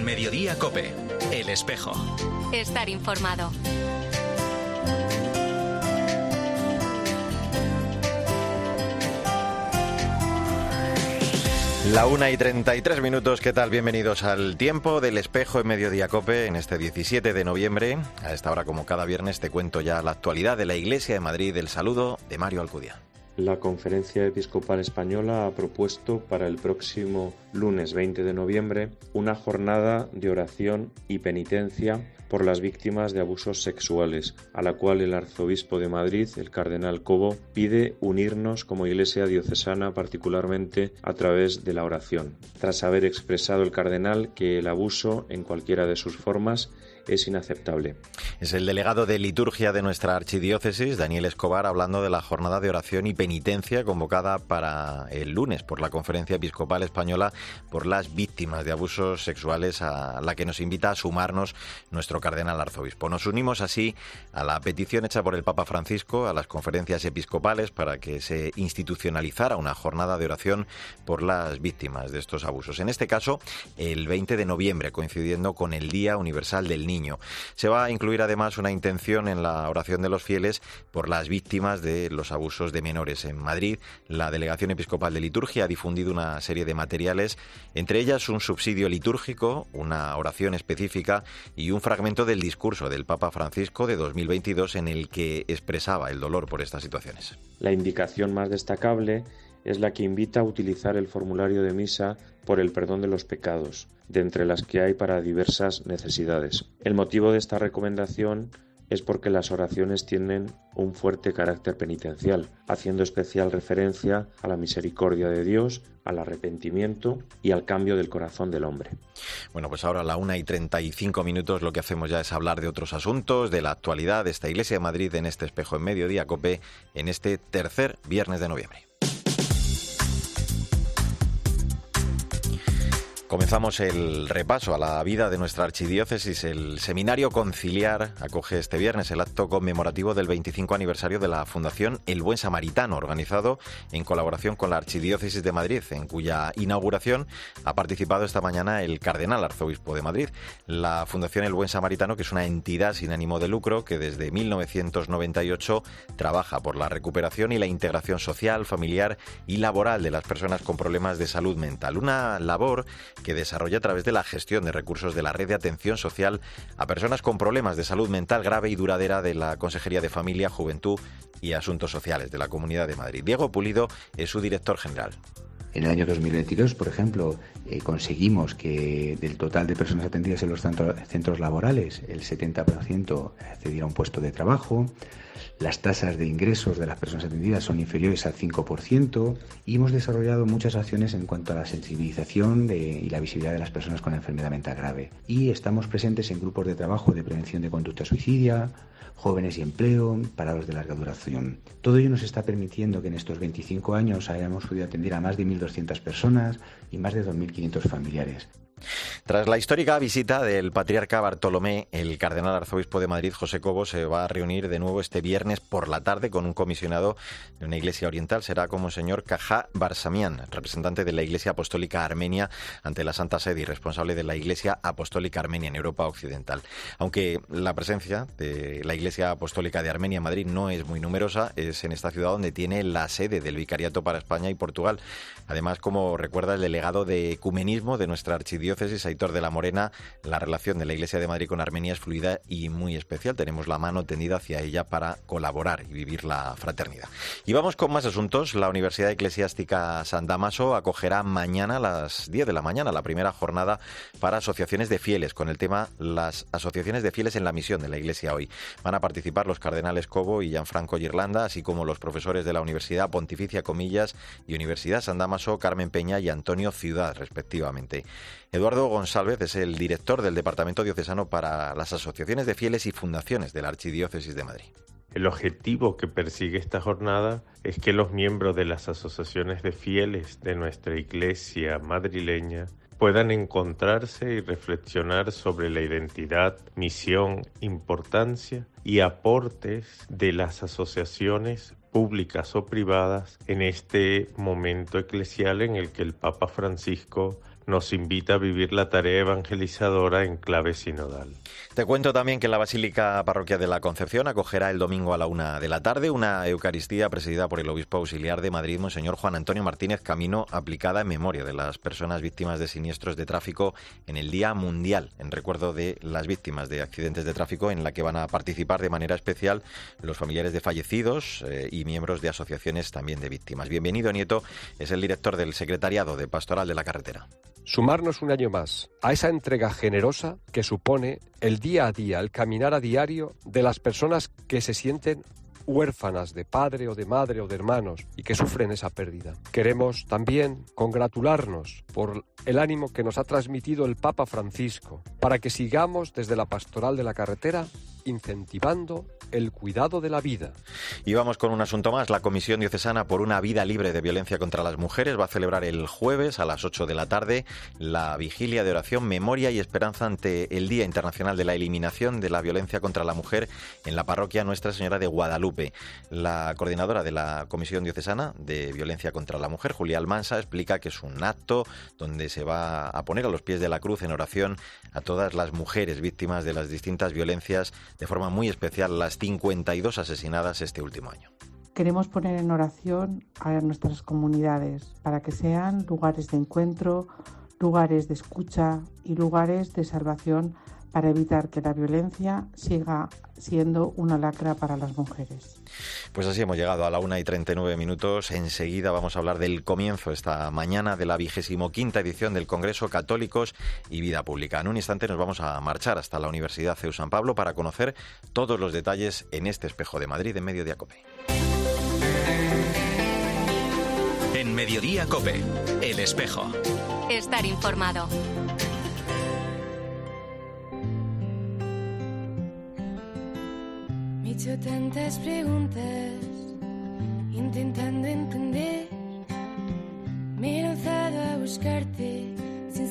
En Mediodía COPE, El Espejo. Estar informado. La 1:33, ¿qué tal? Bienvenidos al Tiempo del Espejo en Mediodía COPE en este 17 de noviembre. A esta hora, como cada viernes, te cuento ya la actualidad de la Iglesia de Madrid. El saludo de Mario Alcudia. La Conferencia Episcopal Española ha propuesto para el próximo lunes 20 de noviembre una jornada de oración y penitencia por las víctimas de abusos sexuales, a la cual el arzobispo de Madrid, el cardenal Cobo, pide unirnos como Iglesia diocesana, particularmente a través de la oración. Tras haber expresado el cardenal que el abuso, en cualquiera de sus formas, es inaceptable. Es el delegado de liturgia de nuestra archidiócesis, Daniel Escobar, hablando de la jornada de oración y penitencia convocada para el lunes por la Conferencia Episcopal Española por las víctimas de abusos sexuales, a la que nos invita a sumarnos nuestro cardenal arzobispo. Nos unimos así a la petición hecha por el Papa Francisco a las conferencias episcopales para que se institucionalizara una jornada de oración por las víctimas de estos abusos. En este caso, el 20 de noviembre, coincidiendo con el Día Universal del Niño. Se va a incluir además una intención en la oración de los fieles por las víctimas de los abusos de menores. En Madrid, la Delegación Episcopal de Liturgia ha difundido una serie de materiales, entre ellas un subsidio litúrgico, una oración específica y un fragmento del discurso del Papa Francisco de 2022 en el que expresaba el dolor por estas situaciones. La indicación más destacable es la que invita a utilizar el formulario de misa por el perdón de los pecados, de entre las que hay para diversas necesidades. El motivo de esta recomendación es porque las oraciones tienen un fuerte carácter penitencial, haciendo especial referencia a la misericordia de Dios, al arrepentimiento y al cambio del corazón del hombre. Bueno, pues ahora a la 1:35 lo que hacemos ya es hablar de otros asuntos, de la actualidad de esta Iglesia de Madrid en este Espejo en Mediodía COPE, en este tercer viernes de noviembre. Comenzamos el repaso a la vida de nuestra archidiócesis. El Seminario Conciliar acoge este viernes el acto conmemorativo del 25 aniversario de la Fundación El Buen Samaritano, organizado en colaboración con la Archidiócesis de Madrid, en cuya inauguración ha participado esta mañana el cardenal arzobispo de Madrid. La Fundación El Buen Samaritano, que es una entidad sin ánimo de lucro que desde 1998 trabaja por la recuperación y la integración social, familiar y laboral de las personas con problemas de salud mental. Una labor que desarrolla a través de la gestión de recursos de la Red de Atención Social a personas con problemas de salud mental grave y duradera de la Consejería de Familia, Juventud y Asuntos Sociales de la Comunidad de Madrid. Diego Pulido es su director general. En el año 2022, por ejemplo, conseguimos que del total de personas atendidas en los centros laborales, el 70% accediera a un puesto de trabajo. Las tasas de ingresos de las personas atendidas son inferiores al 5% y hemos desarrollado muchas acciones en cuanto a la sensibilización y la visibilidad de las personas con enfermedad mental grave. Y estamos presentes en grupos de trabajo de prevención de conducta suicidia, jóvenes y empleo, parados de larga duración. Todo ello nos está permitiendo que en estos 25 años hayamos podido atender a más de 1.200 personas y más de 2.500 familiares. Tras la histórica visita del patriarca Bartolomé, el cardenal arzobispo de Madrid, José Cobo, se va a reunir de nuevo este viernes por la tarde con un comisionado de una iglesia oriental. Será como señor Caja Barsamian, representante de la Iglesia Apostólica Armenia ante la Santa Sede y responsable de la Iglesia Apostólica Armenia en Europa Occidental. Aunque la presencia de la Iglesia Apostólica de Armenia en Madrid no es muy numerosa, es en esta ciudad donde tiene la sede del Vicariato para España y Portugal. Además, como recuerda el delegado de Ecumenismo de nuestra archidiócesis, Aitor de la Morena, la relación de la Iglesia de Madrid con Armenia es fluida y muy especial. Tenemos la mano tendida hacia ella para colaborar y vivir la fraternidad. Y vamos con más asuntos. La Universidad Eclesiástica San Dámaso acogerá mañana a las 10 de la mañana la primera jornada para asociaciones de fieles, con el tema las asociaciones de fieles en la misión de la Iglesia hoy. Van a participar los cardenales Cobo y Gianfranco Girlanda, así como los profesores de la Universidad Pontificia Comillas y Universidad San Dámaso, Carmen Peña y Antonio Ciudad, respectivamente. Eduardo González es el director del Departamento Diocesano para las Asociaciones de Fieles y Fundaciones de la Archidiócesis de Madrid. El objetivo que persigue esta jornada es que los miembros de las asociaciones de fieles de nuestra Iglesia madrileña puedan encontrarse y reflexionar sobre la identidad, misión, importancia y aportes de las asociaciones públicas o privadas en este momento eclesial en el que el Papa Francisco nos invita a vivir la tarea evangelizadora en clave sinodal. Te cuento también que la Basílica Parroquial de la Concepción acogerá el domingo a la 1:00 p.m. una Eucaristía presidida por el Obispo Auxiliar de Madrid, Monseñor Juan Antonio Martínez Camino, aplicada en memoria de las personas víctimas de siniestros de tráfico en el Día Mundial, en recuerdo de las víctimas de accidentes de tráfico, en la que van a participar de manera especial los familiares de fallecidos y miembros de asociaciones también de víctimas. Bienvenido, Nieto, es el director del Secretariado de Pastoral de la Carretera. Sumarnos un año más a esa entrega generosa que supone el día a día, el caminar a diario de las personas que se sienten huérfanas de padre o de madre o de hermanos y que sufren esa pérdida. Queremos también congratularnos por el ánimo que nos ha transmitido el Papa Francisco para que sigamos desde la Pastoral de la Carretera incentivando el cuidado de la vida. Y vamos con un asunto más. La Comisión Diocesana por una Vida Libre de Violencia contra las Mujeres va a celebrar el jueves a las 8 de la tarde la vigilia de oración, memoria y esperanza ante el Día Internacional de la Eliminación de la Violencia contra la Mujer en la parroquia Nuestra Señora de Guadalupe. La coordinadora de la Comisión Diocesana de Violencia contra la Mujer, Julia Almansa, explica que es un acto donde se va a poner a los pies de la cruz en oración a todas las mujeres víctimas de las distintas violencias, de forma muy especial las 52 asesinadas este último año. Queremos poner en oración a nuestras comunidades para que sean lugares de encuentro, lugares de escucha y lugares de salvación para evitar que la violencia siga siendo una lacra para las mujeres. Pues así hemos llegado a la 1:39. Enseguida vamos a hablar del comienzo esta mañana de la 25ª edición del Congreso Católicos y Vida Pública. En un instante nos vamos a marchar hasta la Universidad CEU San Pablo para conocer todos los detalles en este Espejo de Madrid en Mediodía COPE. En Mediodía COPE, El Espejo. Estar informado. Me he hecho tantas preguntas, intentando entender. Me he lanzado a buscarte sin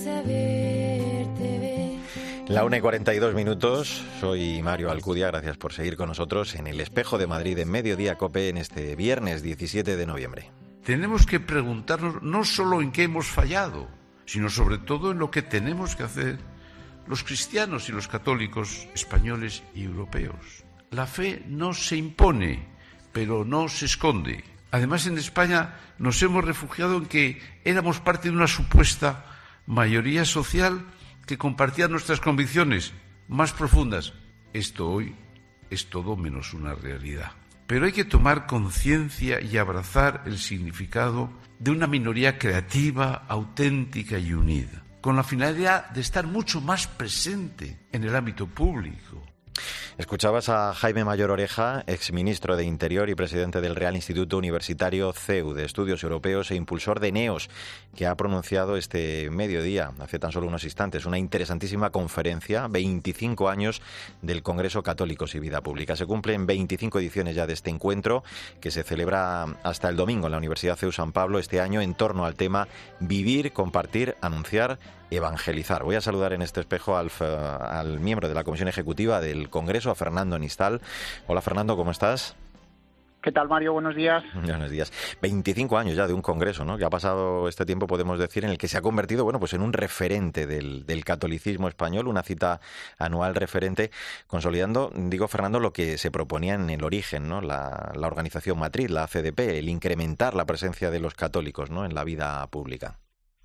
saberte ver. La 1:42. Soy Mario Alcudia. Gracias por seguir con nosotros en El Espejo de Madrid en Mediodía COPE en este viernes 17 de noviembre. Tenemos que preguntarnos no solo en qué hemos fallado, sino sobre todo en lo que tenemos que hacer los cristianos y los católicos españoles y europeos. La fe no se impone, pero no se esconde. Además, en España nos hemos refugiado en que éramos parte de una supuesta mayoría social que compartía nuestras convicciones más profundas. Esto hoy es todo menos una realidad. Pero hay que tomar conciencia y abrazar el significado de una minoría creativa, auténtica y unida, con la finalidad de estar mucho más presente en el ámbito público. Escuchabas a Jaime Mayor Oreja, exministro de Interior y presidente del Real Instituto Universitario CEU de Estudios Europeos e impulsor de NEOS, que ha pronunciado este mediodía, hace tan solo unos instantes, una interesantísima conferencia, 25 años del Congreso Católicos y Vida Pública. Se cumplen 25 ediciones ya de este encuentro, que se celebra hasta el domingo en la Universidad CEU San Pablo este año en torno al tema Vivir, Compartir, Anunciar, Evangelizar. Voy a saludar en este espejo al miembro de la Comisión Ejecutiva del Congreso, a Fernando Nistal. Hola, Fernando, ¿cómo estás? ¿Qué tal, Mario? Buenos días. Buenos días. 25 años ya de un congreso, ¿no? Que ha pasado este tiempo, podemos decir, en el que se ha convertido, bueno, pues en un referente del catolicismo español, una cita anual referente, consolidando, digo, Fernando, lo que se proponía en el origen, ¿no? La organización matriz, la CDP, el incrementar la presencia de los católicos, ¿no? En la vida pública.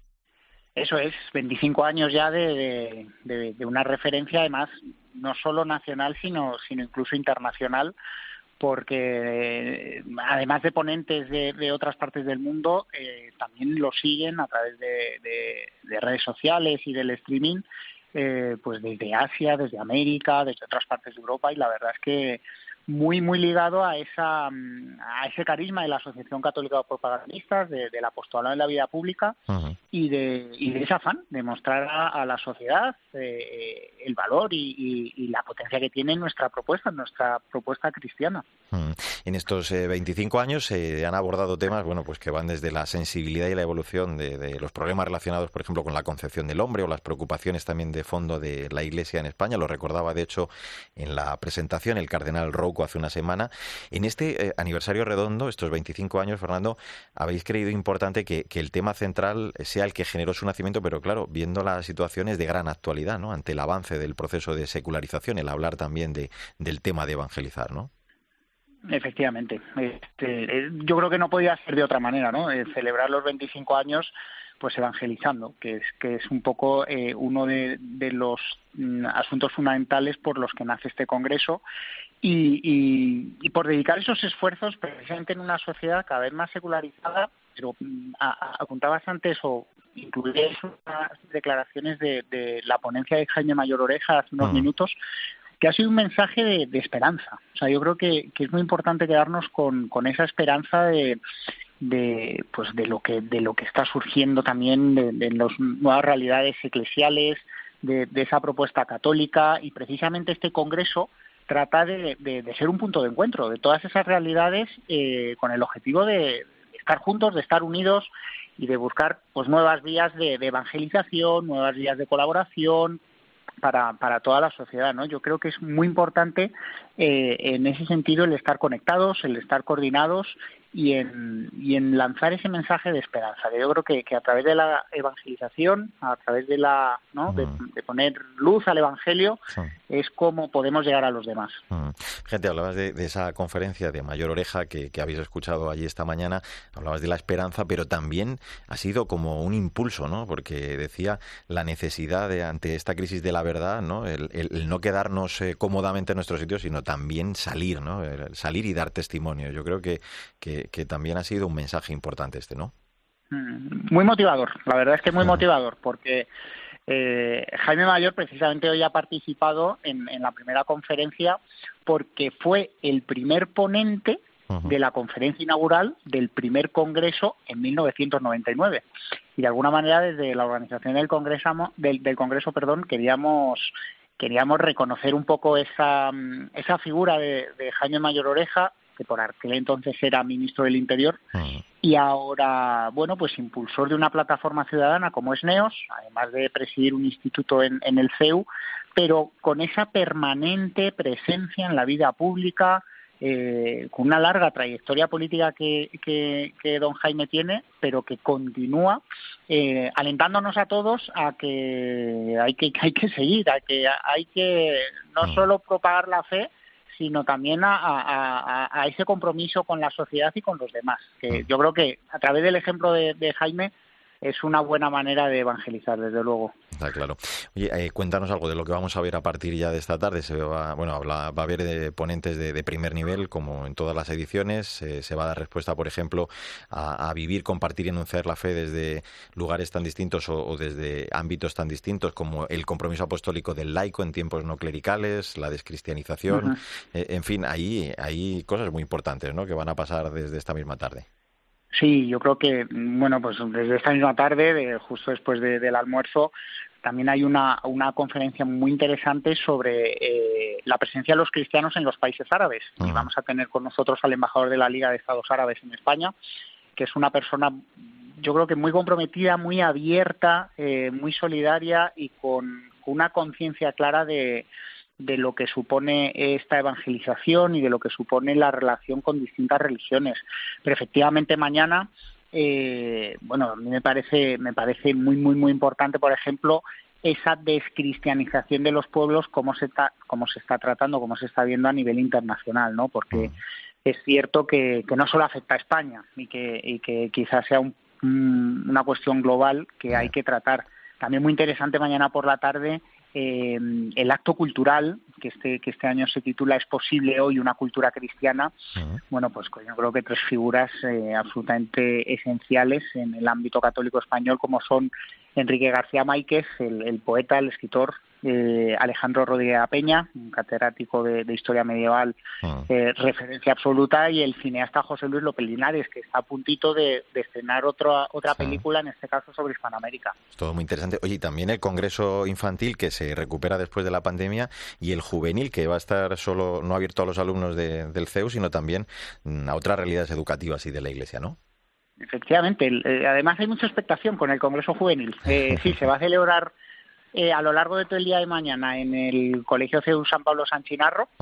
Eso es, 25 años ya de una referencia, además, no solo nacional, sino incluso internacional, porque además de ponentes de otras partes del mundo, también lo siguen a través de redes sociales y del streaming, pues desde Asia, desde América, desde otras partes de Europa, y la verdad es que muy ligado a ese carisma de la Asociación Católica de Propagandistas, del apostolado en la vida pública, uh-huh, y de ese afán de mostrar a la sociedad el valor y la potencia que tiene nuestra propuesta cristiana. Uh-huh. En estos 25 años se han abordado temas, bueno, pues que van desde la sensibilidad y la evolución de los problemas relacionados, por ejemplo, con la concepción del hombre, o las preocupaciones también de fondo de la Iglesia en España. Lo recordaba, de hecho, en la presentación el cardenal Rouco, poco, hace una semana. En este aniversario redondo, estos 25 años, Fernando, habéis creído importante que el tema central sea el que generó su nacimiento, pero claro, viendo las situaciones de gran actualidad, ¿no? Ante el avance del proceso de secularización, el hablar también del tema de evangelizar, ¿no? Efectivamente. Yo creo que no podía ser de otra manera, ¿no? Celebrar los 25 años pues evangelizando, que es un poco uno de los asuntos fundamentales por los que nace este congreso y por dedicar esos esfuerzos precisamente en una sociedad cada vez más secularizada, pero apuntabas antes o incluías unas declaraciones de la ponencia de Jaime Mayor Oreja hace unos minutos, que ha sido un mensaje de esperanza. O sea, yo creo que es muy importante quedarnos con esa esperanza de lo que está surgiendo también de las nuevas realidades eclesiales, de esa propuesta católica, y precisamente este congreso trata de ser un punto de encuentro de todas esas realidades con el objetivo de estar juntos, de estar unidos y de buscar pues nuevas vías de evangelización, nuevas vías de colaboración para toda la sociedad, ¿no? Yo creo que es muy importante en ese sentido el estar conectados, el estar coordinados y en lanzar ese mensaje de esperanza, que yo creo que a través de la evangelización, a través de de poner luz al evangelio, es como podemos llegar a los demás. Gente, hablabas de esa conferencia de Mayor Oreja que habéis escuchado allí esta mañana, hablabas de la esperanza, pero también ha sido como un impulso, ¿no? Porque decía la necesidad ante esta crisis de la verdad, ¿no? El no quedarnos cómodamente en nuestro sitio, sino también salir, ¿no? Salir y dar testimonio. Yo creo que también ha sido un mensaje importante ¿no? Muy motivador, la verdad es que muy motivador, porque Jaime Mayor precisamente hoy ha participado en la primera conferencia porque fue el primer ponente de la conferencia inaugural del primer congreso en 1999. Y de alguna manera desde la organización del congreso, queríamos reconocer un poco esa figura de Jaime Mayor Oreja, que por aquel entonces era ministro del Interior, y ahora, bueno, pues impulsor de una plataforma ciudadana como es NEOS, además de presidir un instituto en el CEU, pero con esa permanente presencia en la vida pública, con una larga trayectoria política que don Jaime tiene, pero que continúa alentándonos a todos a que hay que seguir, hay que no solo propagar la fe, sino también a ese compromiso con la sociedad y con los demás. Que yo creo que a través del ejemplo de Jaime es una buena manera de evangelizar, desde luego. Está claro. Oye, cuéntanos algo de lo que vamos a ver a partir ya de esta tarde. Va a haber ponentes de primer nivel, como en todas las ediciones. Se va a dar respuesta, por ejemplo, a vivir, compartir y anunciar la fe desde lugares tan distintos o desde ámbitos tan distintos como el compromiso apostólico del laico en tiempos no clericales, la descristianización. En fin, hay cosas muy importantes, ¿no?, que van a pasar desde esta misma tarde. Sí, yo creo que, bueno, pues desde esta misma tarde, justo después del almuerzo, también hay una conferencia muy interesante sobre la presencia de los cristianos en los países árabes. Y vamos a tener con nosotros al embajador de la Liga de Estados Árabes en España, que es una persona, yo creo que muy comprometida, muy abierta, muy solidaria y con una conciencia clara de lo que supone esta evangelización y de lo que supone la relación con distintas religiones. Pero efectivamente mañana, a mí me parece muy, muy, muy importante, por ejemplo, esa descristianización de los pueblos, cómo se está tratando, cómo se está viendo a nivel internacional, ¿no? Porque es cierto que no solo afecta a España y que quizás sea una cuestión global que hay que tratar. También muy interesante mañana por la tarde el acto cultural que este año se titula ¿Es posible hoy una cultura cristiana? Bueno, pues yo creo que tres figuras absolutamente esenciales en el ámbito católico español, como son Enrique García Máiquez, el poeta, el escritor, Alejandro Rodríguez Peña, un catedrático de historia medieval, referencia absoluta, y el cineasta José Luis López Linares, que está a puntito de estrenar otra película, en este caso sobre Hispanoamérica. Es todo muy interesante. Oye, y también el congreso infantil, que se recupera después de la pandemia, y el juvenil, que va a estar no abierto a los alumnos del CEU, sino también a otras realidades educativas y de la Iglesia, ¿no? Efectivamente. Además hay mucha expectación con el congreso juvenil. Sí, se va a celebrar a lo largo de todo el día de mañana en el Colegio CEU San Pablo San Chinarro,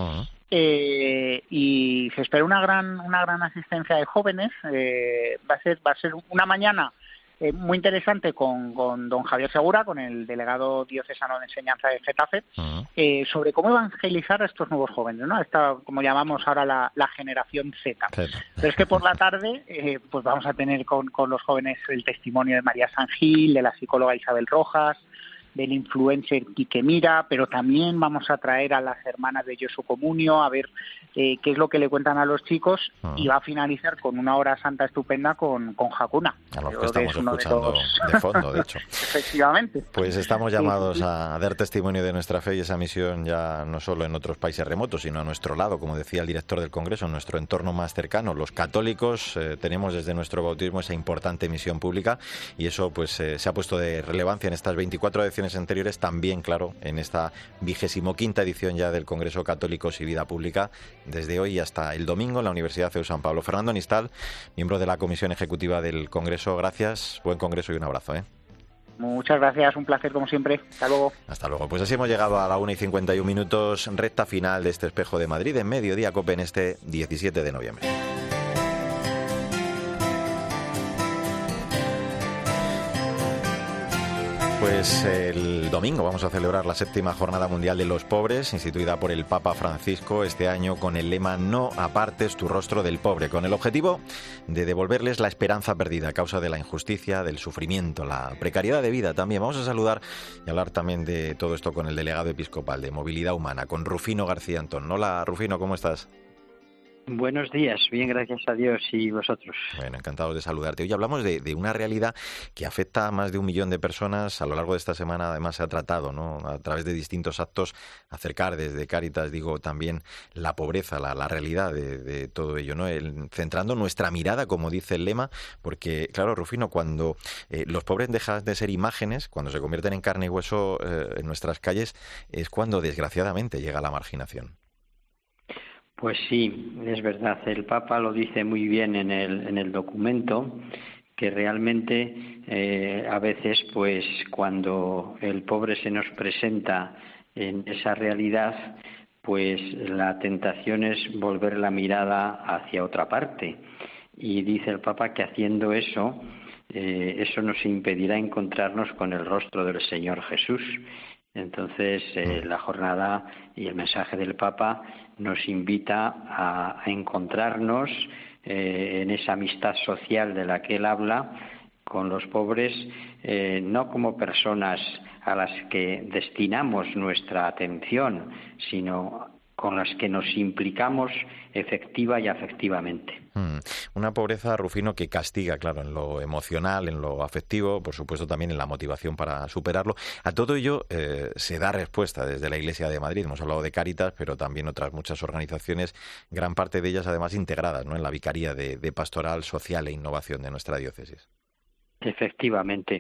y se espera una gran asistencia de jóvenes. Va a ser una mañana muy interesante con don Javier Segura, con el delegado diocesano de enseñanza de Getafe, sobre cómo evangelizar a estos nuevos jóvenes, ¿no? Esta, como llamamos ahora, la generación Z. Pero es que por la tarde pues vamos a tener con los jóvenes el testimonio de María San Gil, de la psicóloga Isabel Rojas, del influencer Quique Mira, pero también vamos a traer a las hermanas de Yosu Comunio a ver qué es lo que le cuentan a los chicos, y va a finalizar con una hora santa estupenda con Hakuna. A los que estamos escuchando de fondo, de hecho. Efectivamente. Pues estamos llamados a dar testimonio de nuestra fe y esa misión ya no solo en otros países remotos, sino a nuestro lado, como decía el director del Congreso, en nuestro entorno más cercano. Los católicos tenemos desde nuestro bautismo esa importante misión pública y eso pues se ha puesto de relevancia en estas 24 ediciones anteriores, también, claro, en esta 25ª edición ya del Congreso Católicos y Vida Pública, desde hoy hasta el domingo en la Universidad CEU San Pablo. Fernando Nistal, miembro de la Comisión Ejecutiva del Congreso, gracias, buen Congreso y un abrazo. Muchas gracias, un placer como siempre. Hasta luego. Hasta luego. Pues así hemos llegado a la 1:51, recta final de este Espejo de Madrid en Mediodía COPE en este 17 de noviembre. Pues el domingo vamos a celebrar la 7ª Jornada Mundial de los Pobres, instituida por el Papa Francisco este año con el lema "No apartes tu rostro del pobre", con el objetivo de devolverles la esperanza perdida a causa de la injusticia, del sufrimiento, la precariedad de vida también. Vamos a saludar y hablar también de todo esto con el delegado episcopal de Movilidad Humana, con Rufino García Antón. Hola, Rufino, ¿cómo estás? Buenos días, bien, gracias a Dios, y vosotros. Bueno, encantados de saludarte. Hoy hablamos de una realidad que afecta a más de 1 millón de personas. A lo largo de esta semana, además, se ha tratado, ¿no?, a través de distintos actos, acercar desde Cáritas, digo, también la pobreza, la realidad de todo ello, ¿no? Centrando nuestra mirada, como dice el lema, porque, claro, Rufino, cuando los pobres dejan de ser imágenes, cuando se convierten en carne y hueso en nuestras calles, es cuando, desgraciadamente, llega la marginación. Pues sí, es verdad. El Papa lo dice muy bien en el documento, que realmente a veces, pues, cuando el pobre se nos presenta en esa realidad, pues la tentación es volver la mirada hacia otra parte. Y dice el Papa que haciendo eso, eso nos impedirá encontrarnos con el rostro del Señor Jesús. Entonces, la jornada y el mensaje del Papa nos invita a encontrarnos en esa amistad social de la que él habla con los pobres, no como personas a las que destinamos nuestra atención, sino con las que nos implicamos efectiva y afectivamente. Una pobreza, Rufino, que castiga, claro, en lo emocional, en lo afectivo, por supuesto también en la motivación para superarlo. A todo ello se da respuesta desde la Iglesia de Madrid. Hemos hablado de Cáritas, pero también otras muchas organizaciones, gran parte de ellas además integradas, ¿no?, en la Vicaría de Pastoral Social e Innovación de nuestra diócesis. Efectivamente.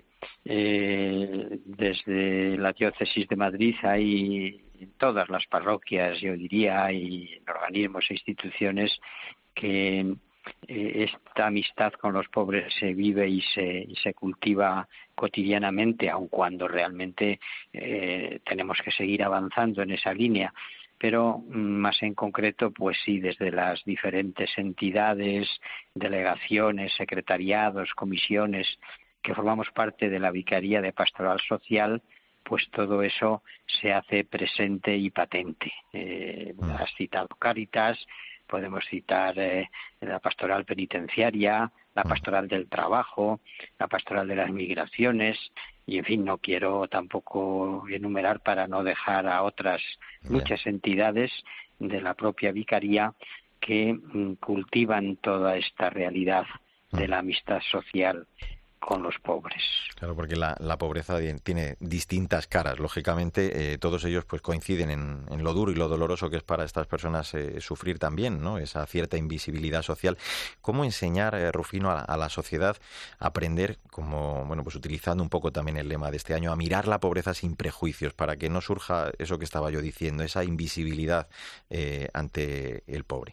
Desde la diócesis de Madrid hay en todas las parroquias, yo diría, hay organismos e instituciones que esta amistad con los pobres se vive y se cultiva cotidianamente, aun cuando realmente tenemos que seguir avanzando en esa línea. Pero más en concreto, pues sí, desde las diferentes entidades, delegaciones, secretariados, comisiones que formamos parte de la Vicaría de Pastoral Social, pues todo eso se hace presente y patente. Has citado Cáritas, podemos citar la pastoral penitenciaria, la pastoral del trabajo, la pastoral de las migraciones, y en fin, no quiero tampoco enumerar para no dejar a otras muchas entidades de la propia Vicaría que cultivan toda esta realidad de la amistad social con los pobres. Claro, porque la pobreza tiene distintas caras. Lógicamente, todos ellos pues coinciden en lo duro y lo doloroso que es para estas personas sufrir también, ¿no?, esa cierta invisibilidad social. ¿Cómo enseñar, Rufino, a la sociedad a aprender, como bueno, pues utilizando un poco también el lema de este año, a mirar la pobreza sin prejuicios, para que no surja eso que estaba yo diciendo, esa invisibilidad ante el pobre?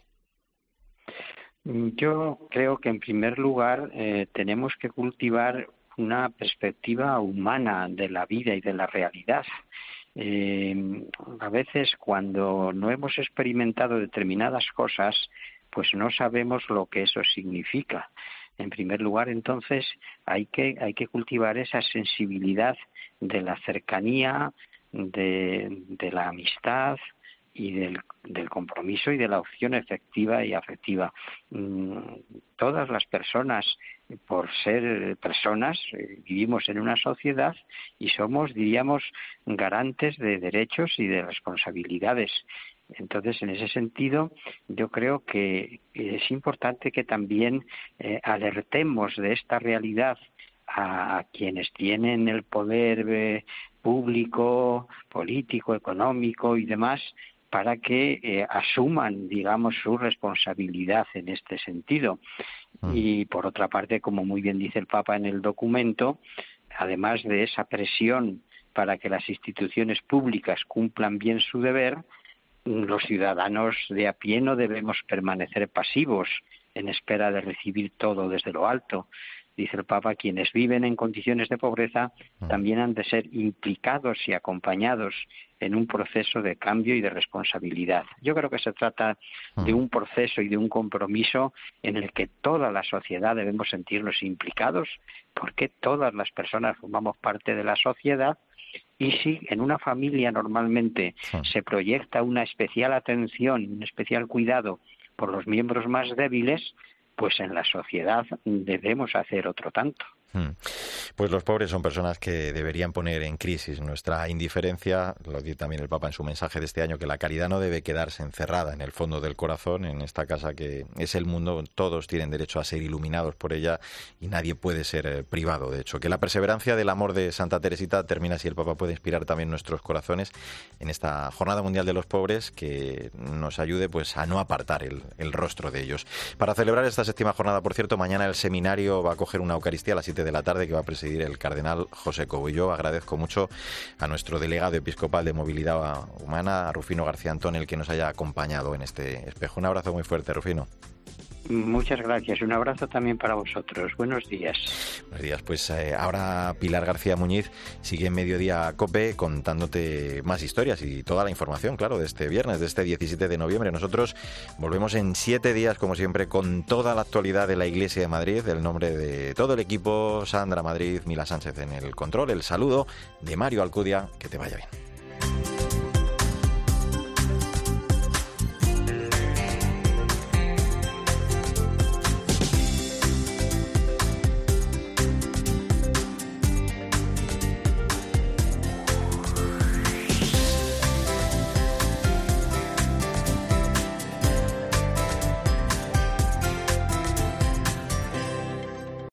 Yo creo que en primer lugar tenemos que cultivar una perspectiva humana de la vida y de la realidad. a veces cuando no hemos experimentado determinadas cosas, pues no sabemos lo que eso significa. En primer lugar, entonces, hay que cultivar esa sensibilidad de la cercanía, de la amistad y del compromiso y de la opción efectiva y afectiva. Todas las personas, por ser personas, vivimos en una sociedad y somos, diríamos, garantes de derechos y de responsabilidades. Entonces, en ese sentido, yo creo que es importante que también alertemos de esta realidad a quienes tienen el poder público, político, económico y demás, para que asuman, digamos, su responsabilidad en este sentido. Y, por otra parte, como muy bien dice el Papa en el documento, además de esa presión para que las instituciones públicas cumplan bien su deber, los ciudadanos de a pie no debemos permanecer pasivos en espera de recibir todo desde lo alto. Dice el Papa, quienes viven en condiciones de pobreza también han de ser implicados y acompañados en un proceso de cambio y de responsabilidad. Yo creo que se trata de un proceso y de un compromiso en el que toda la sociedad debemos sentirnos implicados, porque todas las personas formamos parte de la sociedad. Y si en una familia normalmente se proyecta una especial atención, un especial cuidado por los miembros más débiles, pues en la sociedad debemos hacer otro tanto. Pues los pobres son personas que deberían poner en crisis nuestra indiferencia. Lo dice también el Papa en su mensaje de este año, que la caridad no debe quedarse encerrada en el fondo del corazón, en esta casa que es el mundo. Todos tienen derecho a ser iluminados por ella y nadie puede ser privado, de hecho. Que la perseverancia del amor de Santa Teresita termina así. El Papa puede inspirar también nuestros corazones en esta Jornada Mundial de los Pobres, que nos ayude pues a no apartar el rostro de ellos. Para celebrar esta 7ª jornada, por cierto, mañana el seminario va a coger una Eucaristía a las 7 de la tarde que va a presidir el cardenal José Cobo. Y yo agradezco mucho a nuestro delegado episcopal de Movilidad Humana, a Rufino García Antón, el que nos haya acompañado en este espejo. Un abrazo muy fuerte, Rufino. Muchas gracias. Un abrazo también para vosotros. Buenos días. Buenos días. Pues ahora Pilar García Muñiz sigue en Mediodía COPE contándote más historias y toda la información, claro, de este viernes, de este 17 de noviembre. Nosotros volvemos en 7 días, como siempre, con toda la actualidad de la Iglesia de Madrid. El nombre de todo el equipo, Sandra Madrid, Mila Sánchez en el control. El saludo de Mario Alcudia. Que te vaya bien.